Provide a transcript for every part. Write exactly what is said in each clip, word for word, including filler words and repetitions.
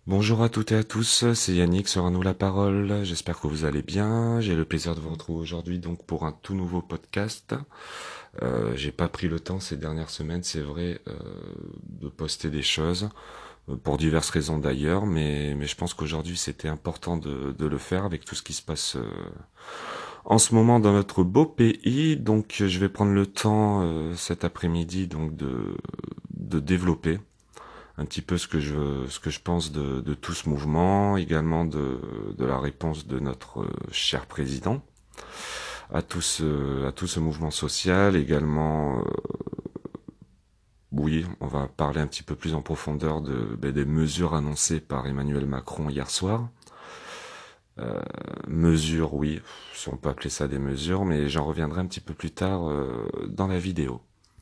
Bonjour à toutes et à tous, c'est Yannick sur Un nous la parole. J'espère que vous allez bien. J'ai le plaisir de vous retrouver aujourd'hui donc pour un tout nouveau podcast. Euh, j'ai pas pris le temps ces dernières semaines, c'est vrai, euh, de poster des choses euh, pour diverses raisons d'ailleurs, mais mais je pense qu'aujourd'hui c'était important de de le faire avec tout ce qui se passe euh, en ce moment dans notre beau pays. Donc je vais prendre le temps euh, cet après-midi donc de de développer un petit peu ce que je ce que je pense de, de tout ce mouvement, également de, de la réponse de notre euh, cher président à tout ce à tout ce mouvement social, également euh, oui, on va parler un petit peu plus en profondeur de ben, des mesures annoncées par Emmanuel Macron hier soir. Euh, mesures, oui, si on peut appeler ça des mesures, mais j'en reviendrai un petit peu plus tard euh, dans la vidéo.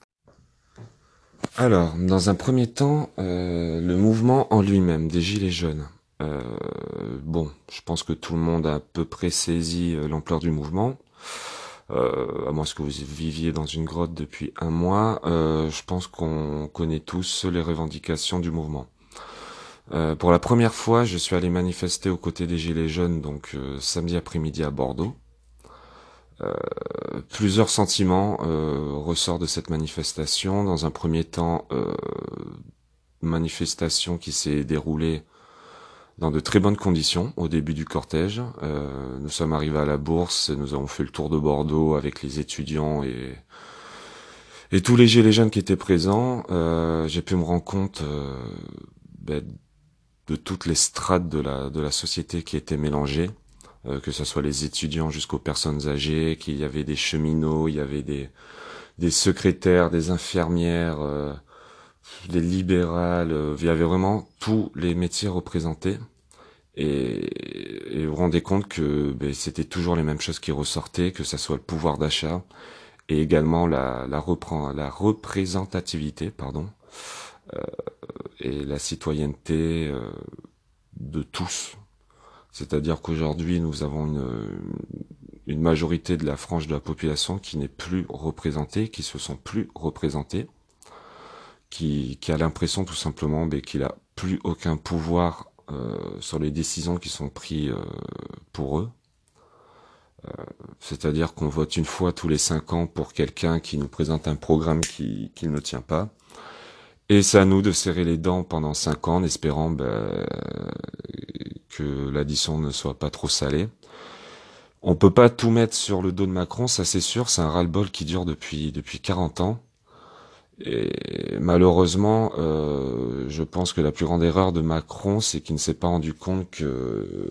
Alors, dans un premier temps, euh, le mouvement en lui-même, des Gilets jaunes. Euh, bon, je pense que tout le monde a à peu près saisi euh, l'ampleur du mouvement. Euh, à moins que vous viviez dans une grotte depuis un mois, euh, je pense qu'on connaît tous les revendications du mouvement. Euh, pour la première fois, je suis allé manifester aux côtés des Gilets jaunes, donc euh, samedi après-midi à Bordeaux. Euh, Plusieurs sentiments euh, ressortent de cette manifestation. Dans un premier temps, euh, manifestation qui s'est déroulée dans de très bonnes conditions au début du cortège. Euh, nous sommes arrivés à la Bourse, nous avons fait le tour de Bordeaux avec les étudiants et, et tous les gilets jaunes qui étaient présents. Euh, j'ai pu me rendre compte euh, ben, de toutes les strates de la, de la société qui étaient mélangées, euh, que ce soit les étudiants jusqu'aux personnes âgées, qu'il y avait des cheminots, il y avait des, des secrétaires, des infirmières, euh, des libérales, euh, il y avait vraiment tous les métiers représentés. Et, et vous vous rendez compte que ben, c'était toujours les mêmes choses qui ressortaient, que ça soit le pouvoir d'achat et également la, la, reprend, la représentativité, pardon, euh, et la citoyenneté euh, de tous. C'est-à-dire qu'aujourd'hui, nous avons une, une majorité de la frange de la population qui n'est plus représentée, qui se sent plus représentée, qui, qui a l'impression tout simplement ben, qu'il a plus aucun pouvoir euh, sur les décisions qui sont prises euh, pour eux. C'est-à-dire qu'on vote une fois tous les cinq ans pour quelqu'un qui nous présente un programme qui, qui ne tient pas. Et c'est à nous de serrer les dents pendant cinq ans en espérant ben, que l'addition ne soit pas trop salée. On peut pas tout mettre sur le dos de Macron, ça c'est sûr, c'est un ras-le-bol qui dure depuis, depuis quarante ans. Et malheureusement, euh, je pense que la plus grande erreur de Macron, c'est qu'il ne s'est pas rendu compte que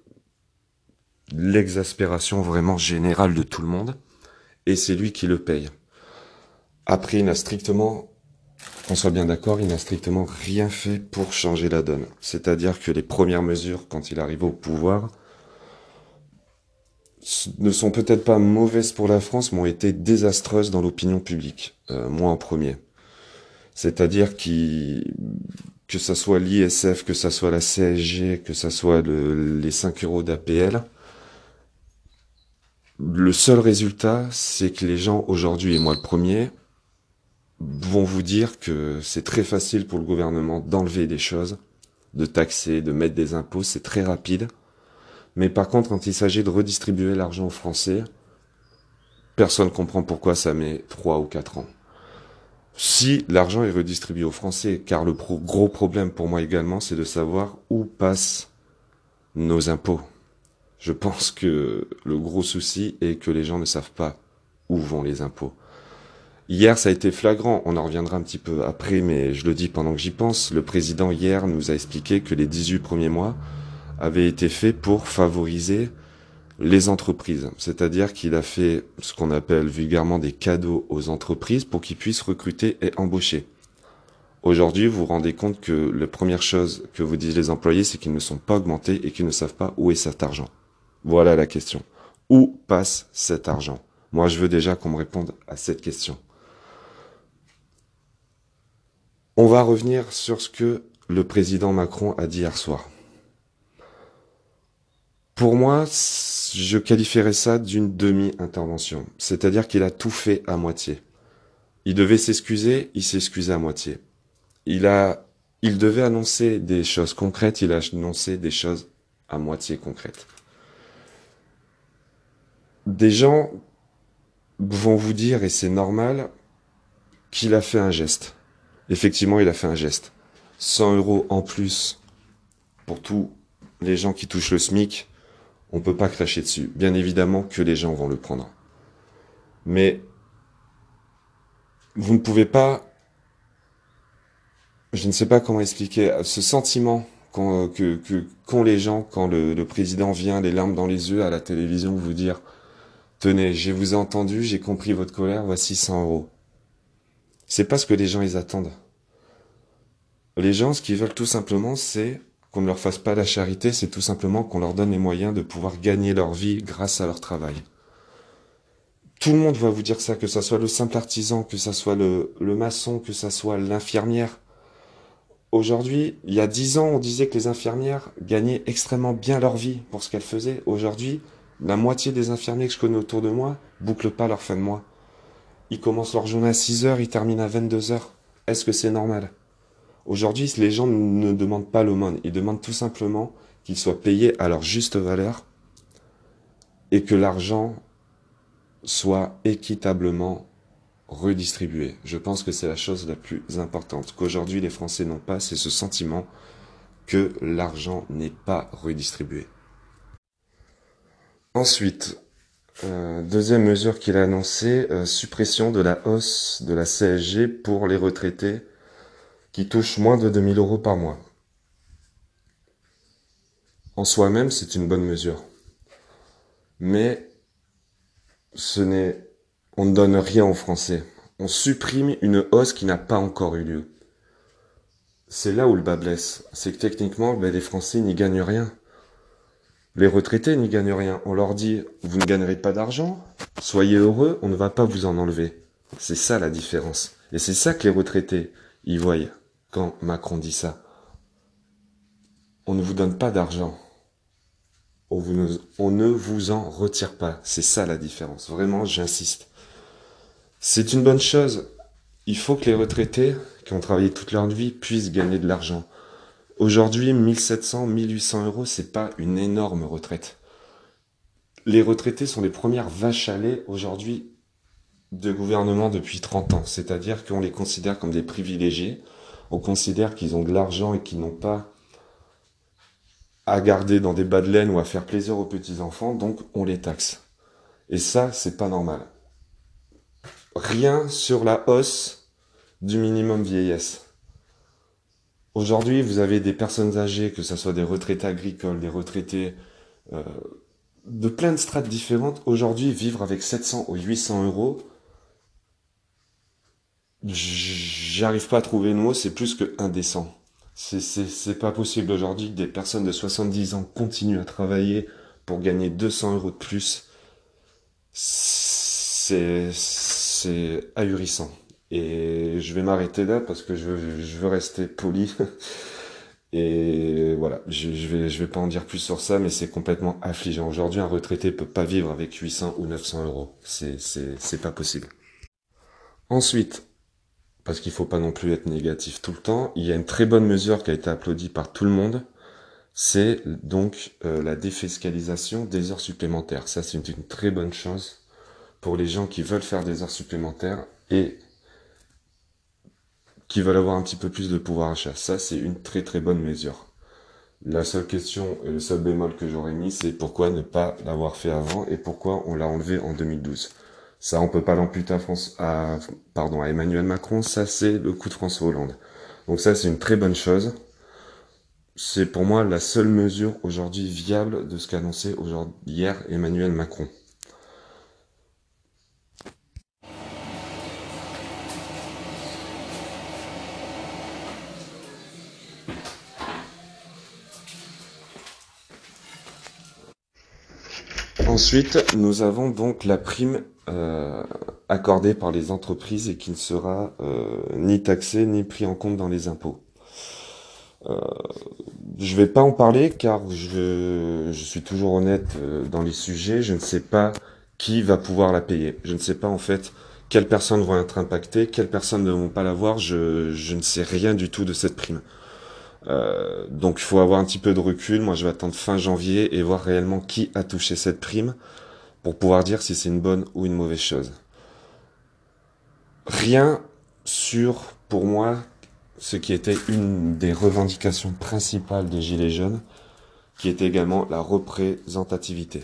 l'exaspération vraiment générale de tout le monde, et c'est lui qui le paye. Après, il n'a strictement, qu'on soit bien d'accord, il n'a strictement rien fait pour changer la donne. C'est-à-dire que les premières mesures, quand il arrive au pouvoir, ne sont peut-être pas mauvaises pour la France, mais ont été désastreuses dans l'opinion publique. Euh, moi en premier. C'est-à-dire qu'il, que ça soit l'I S F, que ça soit la C S G, que ça soit le, les cinq euros d'A P L, le seul résultat, c'est que les gens aujourd'hui, et moi le premier, vont vous dire que c'est très facile pour le gouvernement d'enlever des choses, de taxer, de mettre des impôts, c'est très rapide. Mais par contre, quand il s'agit de redistribuer l'argent aux Français, personne ne comprend pourquoi ça met trois ou quatre ans. Si l'argent est redistribué aux Français, car le pro- gros problème pour moi également, c'est de savoir où passent nos impôts. Je pense que le gros souci est que les gens ne savent pas où vont les impôts. Hier, ça a été flagrant, on en reviendra un petit peu après, mais je le dis pendant que j'y pense. Le président, hier, nous a expliqué que les dix-huit premiers mois avaient été faits pour favoriser les entreprises. C'est-à-dire qu'il a fait ce qu'on appelle vulgairement des cadeaux aux entreprises pour qu'ils puissent recruter et embaucher. Aujourd'hui, vous vous rendez compte que la première chose que vous disent les employés, c'est qu'ils ne sont pas augmentés et qu'ils ne savent pas où est cet argent. Voilà la question. Où passe cet argent? Moi, je veux déjà qu'on me réponde à cette question. On va revenir sur ce que le président Macron a dit hier soir. Pour moi, je qualifierais ça d'une demi-intervention. C'est-à-dire qu'il a tout fait à moitié. Il devait s'excuser, il s'est excusé à moitié. Il a Il devait annoncer des choses concrètes, il a annoncé des choses à moitié concrètes. Des gens vont vous dire, et c'est normal, qu'il a fait un geste. Effectivement, il a fait un geste. cent euros en plus pour tous les gens qui touchent le SMIC, on peut pas cracher dessus. Bien évidemment que les gens vont le prendre. Mais vous ne pouvez pas, je ne sais pas comment expliquer, ce sentiment qu'ont que, que, qu'ont les gens quand le, le président vient, les larmes dans les yeux à la télévision, vous dire « Tenez, je vous ai entendu, j'ai compris votre colère, voici cent euros. » C'est pas ce que les gens ils attendent. Les gens, ce qu'ils veulent tout simplement, c'est qu'on ne leur fasse pas la charité, c'est tout simplement qu'on leur donne les moyens de pouvoir gagner leur vie grâce à leur travail. Tout le monde va vous dire ça, que ça soit le simple artisan, que ça soit le, le maçon, que ça soit l'infirmière. Aujourd'hui, il y a dix ans, on disait que les infirmières gagnaient extrêmement bien leur vie pour ce qu'elles faisaient. Aujourd'hui, la moitié des infirmiers que je connais autour de moi bouclent pas leur fin de mois. Ils commencent leur journée à six heures, ils terminent à vingt-deux heures. Est-ce que c'est normal ? Aujourd'hui, les gens ne demandent pas l'aumône, ils demandent tout simplement qu'ils soient payés à leur juste valeur et que l'argent soit équitablement redistribué. Je pense que c'est la chose la plus importante. Qu'aujourd'hui les Français n'ont pas, c'est ce sentiment que l'argent n'est pas redistribué. Ensuite, euh, deuxième mesure qu'il a annoncée, euh, suppression de la hausse de la C S G pour les retraités qui touchent moins de deux mille euros par mois. En soi-même, c'est une bonne mesure. Mais ce n'est, on ne donne rien aux Français. On supprime une hausse qui n'a pas encore eu lieu. C'est là où le bas blesse. C'est que techniquement, ben, les Français n'y gagnent rien. Les retraités n'y gagnent rien. On leur dit, vous ne gagnerez pas d'argent, soyez heureux, on ne va pas vous en enlever. C'est ça la différence. Et c'est ça que les retraités y voient quand Macron dit ça. On ne vous donne pas d'argent. On, vous ne, on ne vous en retire pas. C'est ça la différence. Vraiment, j'insiste. C'est une bonne chose. Il faut que les retraités, qui ont travaillé toute leur vie, puissent gagner de l'argent. Aujourd'hui, mille sept cents, mille huit cents euros, c'est pas une énorme retraite. Les retraités sont les premières vaches à lait aujourd'hui de gouvernement depuis trente ans. C'est-à-dire qu'on les considère comme des privilégiés. On considère qu'ils ont de l'argent et qu'ils n'ont pas à garder dans des bas de laine ou à faire plaisir aux petits-enfants, donc on les taxe. Et ça, c'est pas normal. Rien sur la hausse du minimum vieillesse. Aujourd'hui, vous avez des personnes âgées, que ce soit des retraités agricoles, des retraités euh, de plein de strates différentes. Aujourd'hui, vivre avec sept cents ou huit cents euros, j'arrive pas à trouver le mot, c'est plus que indécent. C'est, c'est, c'est pas possible aujourd'hui que des personnes de soixante-dix ans continuent à travailler pour gagner deux cents euros de plus. C'est, c'est ahurissant. Et je vais m'arrêter là parce que je, je veux rester poli. Et voilà, je, je vais, je vais pas en dire plus sur ça, mais c'est complètement affligeant. Aujourd'hui, un retraité peut pas vivre avec huit cents ou neuf cents euros. C'est, c'est, c'est pas possible. Ensuite, parce qu'il faut pas non plus être négatif tout le temps, il y a une très bonne mesure qui a été applaudie par tout le monde. C'est donc euh, la défiscalisation des heures supplémentaires. Ça, c'est une, une très bonne chose pour les gens qui veulent faire des heures supplémentaires et qui veulent avoir un petit peu plus de pouvoir d'achat. Ça, c'est une très très bonne mesure. La seule question et le seul bémol que j'aurais mis, c'est pourquoi ne pas l'avoir fait avant et pourquoi on l'a enlevé en deux mille douze. Ça, on peut pas l'amputer à, France, à, pardon, à Emmanuel Macron, ça c'est le coup de François Hollande. Donc ça, c'est une très bonne chose. C'est pour moi la seule mesure aujourd'hui viable de ce qu'a annoncé aujourd'hui, hier Emmanuel Macron. Ensuite, nous avons donc la prime euh, accordée par les entreprises et qui ne sera euh, ni taxée ni pris en compte dans les impôts. Euh, je vais pas en parler car je, je suis toujours honnête euh, dans les sujets. Je ne sais pas qui va pouvoir la payer. Je ne sais pas en fait quelles personnes vont être impactées, quelles personnes ne vont pas l'avoir. Je, je ne sais rien du tout de cette prime. Euh, donc il faut avoir un petit peu de recul. Moi je vais attendre fin janvier et voir réellement qui a touché cette prime pour pouvoir dire si c'est une bonne ou une mauvaise chose. Rien sur, pour moi, ce qui était une des revendications principales des Gilets jaunes, qui était également la représentativité.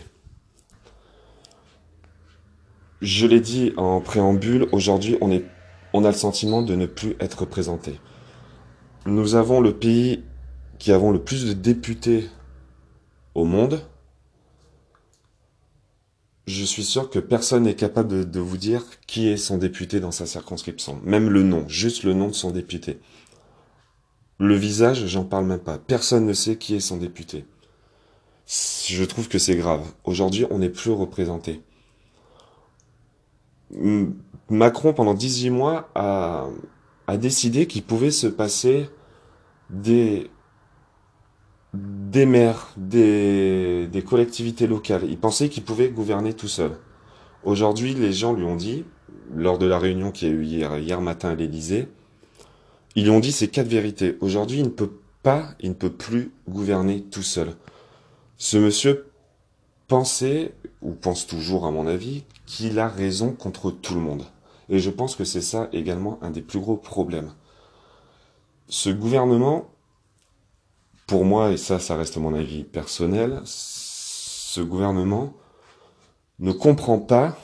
Je l'ai dit en préambule, aujourd'hui on est, on a le sentiment de ne plus être représenté. Nous avons le pays qui avons le plus de députés au monde. Je suis sûr que personne n'est capable de, de vous dire qui est son député dans sa circonscription. Même le nom, juste le nom de son député. Le visage, j'en parle même pas. Personne ne sait qui est son député. Je trouve que c'est grave. Aujourd'hui, on n'est plus représenté. Macron, pendant dix-huit mois, a, a décidé qu'il pouvait se passer des, des maires, des, des collectivités locales. Il pensait qu'il pouvait gouverner tout seul. Aujourd'hui, les gens lui ont dit, lors de la réunion qu'il y a eu hier, hier matin à l'Élysée, ils lui ont dit ces quatre vérités. Aujourd'hui, il ne peut pas, il ne peut plus gouverner tout seul. Ce monsieur pensait, ou pense toujours à mon avis, qu'il a raison contre tout le monde. Et je pense que c'est ça également un des plus gros problèmes. Ce gouvernement, pour moi, et ça, ça reste mon avis personnel, ce gouvernement ne comprend pas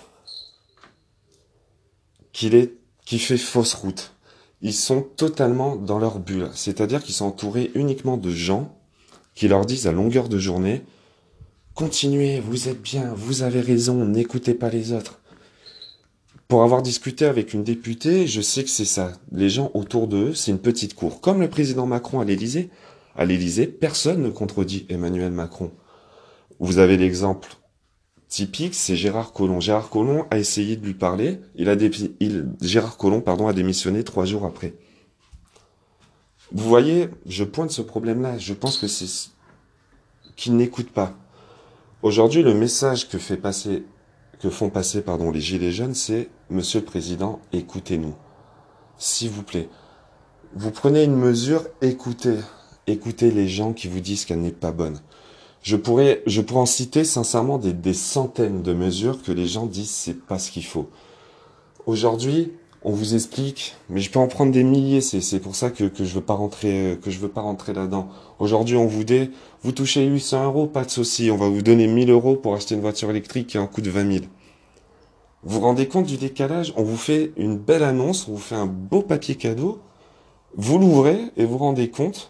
qu'il est, qu'il fait fausse route. Ils sont totalement dans leur bulle. C'est-à-dire qu'ils sont entourés uniquement de gens qui leur disent à longueur de journée « Continuez, vous êtes bien, vous avez raison, n'écoutez pas les autres ». Pour avoir discuté avec une députée, je sais que c'est ça. Les gens autour d'eux, c'est une petite cour. Comme le président Macron à l'Élysée. À l'Élysée, personne ne contredit Emmanuel Macron. Vous avez l'exemple typique, c'est Gérard Collomb. Gérard Collomb a essayé de lui parler. Il a dé... il... Gérard Collomb, pardon, a démissionné trois jours après. Vous voyez, je pointe ce problème-là. Je pense que c'est qu'ils n'écoutent pas. Aujourd'hui, le message que fait passer, que font passer, pardon, les Gilets jaunes, c'est Monsieur le Président, écoutez-nous, s'il vous plaît. Vous prenez une mesure, écoutez, écoutez les gens qui vous disent qu'elle n'est pas bonne. Je pourrais, je pourrais en citer sincèrement des, des centaines de mesures que les gens disent c'est pas ce qu'il faut. Aujourd'hui, on vous explique, mais je peux en prendre des milliers. C'est c'est pour ça que que je veux pas rentrer que je veux pas rentrer là-dedans. Aujourd'hui, on vous dit, vous touchez huit cents euros, pas de souci, on va vous donner mille euros pour acheter une voiture électrique qui a un coût de vingt mille. Vous vous rendez compte du décalage? On vous fait une belle annonce, on vous fait un beau papier cadeau, vous l'ouvrez et vous vous rendez compte.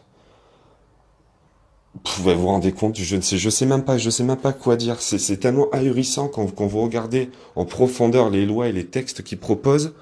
Vous vous rendez compte, je ne sais, je sais même pas, je sais même pas quoi dire. C'est, c'est tellement ahurissant quand, quand vous regardez en profondeur les lois et les textes qu'ils proposent.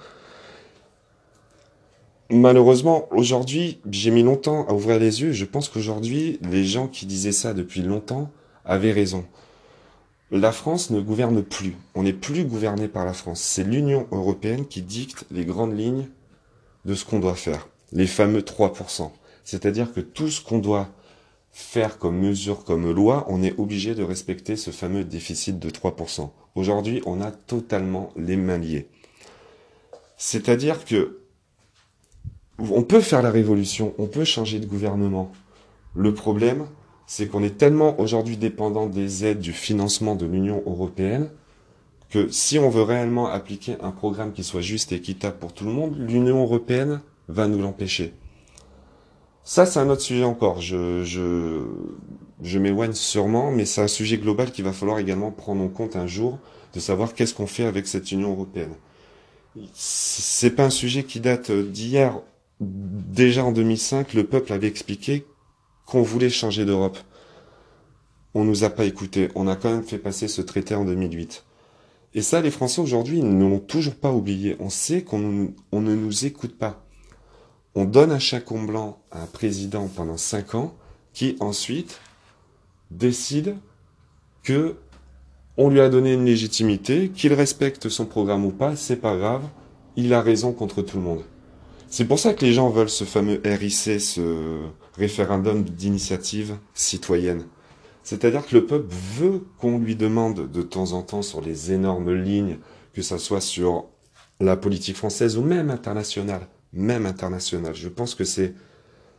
Malheureusement, aujourd'hui, j'ai mis longtemps à ouvrir les yeux. Je pense qu'aujourd'hui, les gens qui disaient ça depuis longtemps avaient raison. La France ne gouverne plus. On n'est plus gouverné par la France. C'est l'Union européenne qui dicte les grandes lignes de ce qu'on doit faire. Les fameux trois pour cent. C'est-à-dire que tout ce qu'on doit faire comme mesure, comme loi, on est obligé de respecter ce fameux déficit de trois pour cent. Aujourd'hui, on a totalement les mains liées. C'est-à-dire que on peut faire la révolution, on peut changer de gouvernement. Le problème, c'est qu'on est tellement aujourd'hui dépendant des aides, du financement de l'Union européenne, que si on veut réellement appliquer un programme qui soit juste et équitable pour tout le monde, l'Union européenne va nous l'empêcher. Ça, c'est un autre sujet encore. Je, je, je m'éloigne sûrement, mais c'est un sujet global qu'il va falloir également prendre en compte un jour, de savoir qu'est-ce qu'on fait avec cette Union européenne. C'est pas un sujet qui date d'hier. Déjà en deux mille cinq, le peuple avait expliqué qu'on voulait changer d'Europe. On nous a pas écoutés. On a quand même fait passer ce traité en deux mille huit. Et ça, les Français aujourd'hui, ils ne l'ont toujours pas oublié. On sait qu'on on ne nous écoute pas. On donne un chacon blanc à un président pendant cinq ans qui ensuite décide que on lui a donné une légitimité, qu'il respecte son programme ou pas, c'est pas grave, il a raison contre tout le monde. C'est pour ça que les gens veulent ce fameux R I C, ce référendum d'initiative citoyenne. C'est-à-dire que le peuple veut qu'on lui demande de temps en temps sur les énormes lignes, que ça soit sur la politique française ou même internationale, même internationale. Je pense que c'est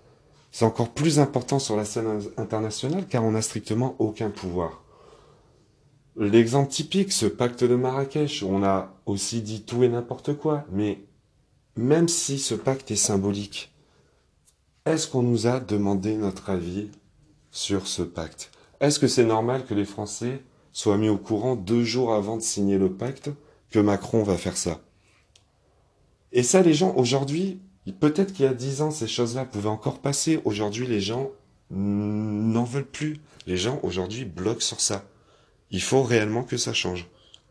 C'est encore plus important sur la scène internationale car on n'a strictement aucun pouvoir. L'exemple typique, ce pacte de Marrakech, où on a aussi dit tout et n'importe quoi, mais même si ce pacte est symbolique, est-ce qu'on nous a demandé notre avis sur ce pacte? Est-ce que c'est normal que les Français soient mis au courant deux jours avant de signer le pacte que Macron va faire ça? Et ça, les gens, aujourd'hui, peut-être qu'il y a dix ans, ces choses-là pouvaient encore passer. Aujourd'hui, les gens n'en veulent plus. Les gens, aujourd'hui, bloquent sur ça. Il faut réellement que ça change.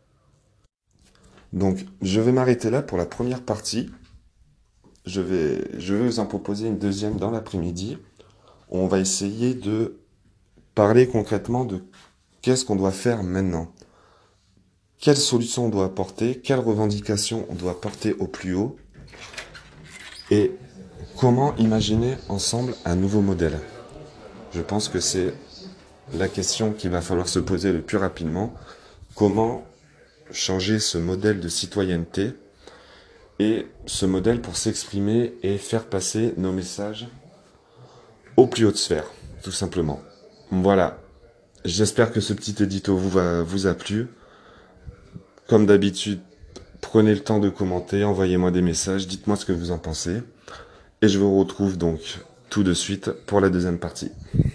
Donc, je vais m'arrêter là pour la première partie. Je vais, je vais vous en proposer une deuxième dans l'après-midi. On va essayer de parler concrètement de qu'est-ce qu'on doit faire maintenant. Quelles solutions on doit apporter, quelles revendications on doit porter au plus haut et comment imaginer ensemble un nouveau modèle. Je pense que c'est la question qu'il va falloir se poser le plus rapidement. Comment changer ce modèle de citoyenneté et ce modèle pour s'exprimer et faire passer nos messages aux plus hautes sphères, tout simplement. Voilà. J'espère que ce petit édito vous, va, vous a plu. Comme d'habitude, prenez le temps de commenter, envoyez-moi des messages, dites-moi ce que vous en pensez. Et je vous retrouve donc tout de suite pour la deuxième partie.